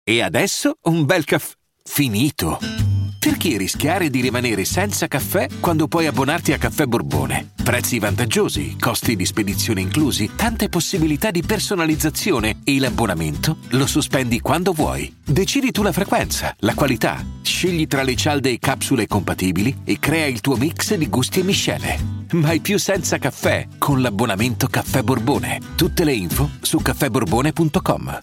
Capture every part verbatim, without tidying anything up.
E adesso un bel caffè finito. Perché rischiare di rimanere senza caffè quando puoi abbonarti a Caffè Borbone? Prezzi vantaggiosi, costi di spedizione inclusi, tante possibilità di personalizzazione e l'abbonamento lo sospendi quando vuoi. Decidi tu la frequenza, la qualità, scegli tra le cialde e capsule compatibili e crea il tuo mix di gusti e miscele. Mai più senza caffè con l'abbonamento Caffè Borbone. Tutte le info su caffè borbone punto com.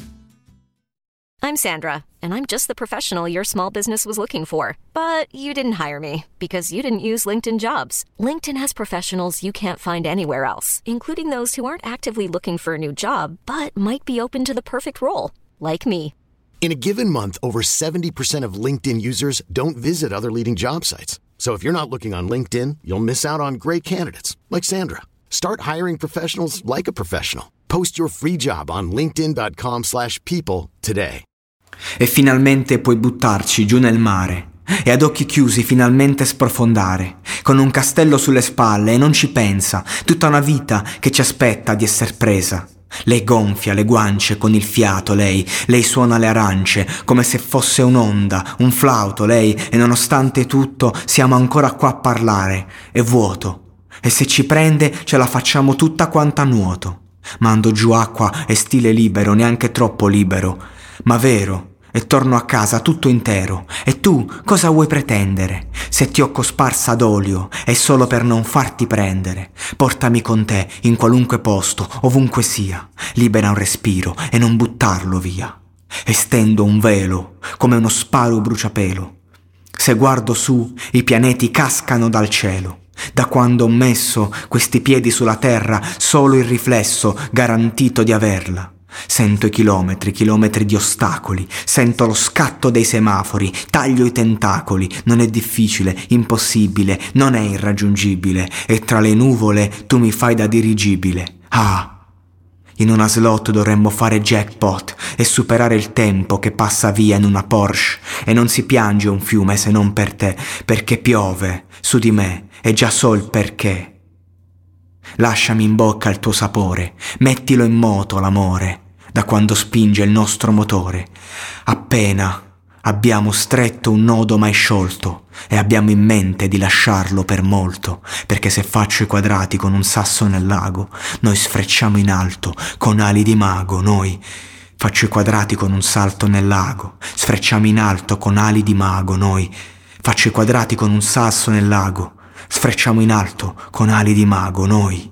I'm Sandra, and I'm just the professional your small business was looking for. But you didn't hire me because you didn't use LinkedIn Jobs. LinkedIn has professionals you can't find anywhere else, including those who aren't actively looking for a new job, but might be open to the perfect role, like me. In a given month, over seventy percent of LinkedIn users don't visit other leading job sites. So if you're not looking on LinkedIn, you'll miss out on great candidates like Sandra. Start hiring professionals like a professional. Post your free job on linkedin dot com slash people today. E finalmente puoi buttarci giù nel mare e ad occhi chiusi finalmente sprofondare, con un castello sulle spalle e non ci pensa, tutta una vita che ci aspetta di esser presa. Lei gonfia le guance con il fiato, lei, lei suona le arance come se fosse un'onda, un flauto, lei, e nonostante tutto siamo ancora qua a parlare, è vuoto, e se ci prende ce la facciamo tutta quanta a nuoto. Mando giù acqua e stile libero, neanche troppo libero, ma vero, e torno a casa tutto intero. E tu cosa vuoi pretendere? Se ti ho cosparsa d'olio è solo per non farti prendere. Portami con te in qualunque posto, ovunque sia, libera un respiro e non buttarlo via. E stendo un velo come uno sparo bruciapelo. Se guardo su, i pianeti cascano dal cielo. Da quando ho messo questi piedi sulla terra, solo il riflesso garantito di averla. Sento i chilometri, chilometri di ostacoli, sento lo scatto dei semafori, taglio i tentacoli, non è difficile, impossibile, non è irraggiungibile, e tra le nuvole tu mi fai da dirigibile. Ah, in una slot dovremmo fare jackpot e superare il tempo che passa via in una Porsche, e non si piange un fiume se non per te, perché piove su di me, e già so il perché. Lasciami in bocca il tuo sapore, mettilo in moto l'amore, da quando spinge il nostro motore. Appena abbiamo stretto un nodo mai sciolto, e abbiamo in mente di lasciarlo per molto, perché se faccio i quadrati con un sasso nel lago, noi sfrecciamo in alto con ali di mago, noi. Faccio i quadrati con un salto nel lago, sfrecciamo in alto con ali di mago, noi. Faccio i quadrati con un sasso nel lago, sfrecciamo in alto con ali di mago, noi.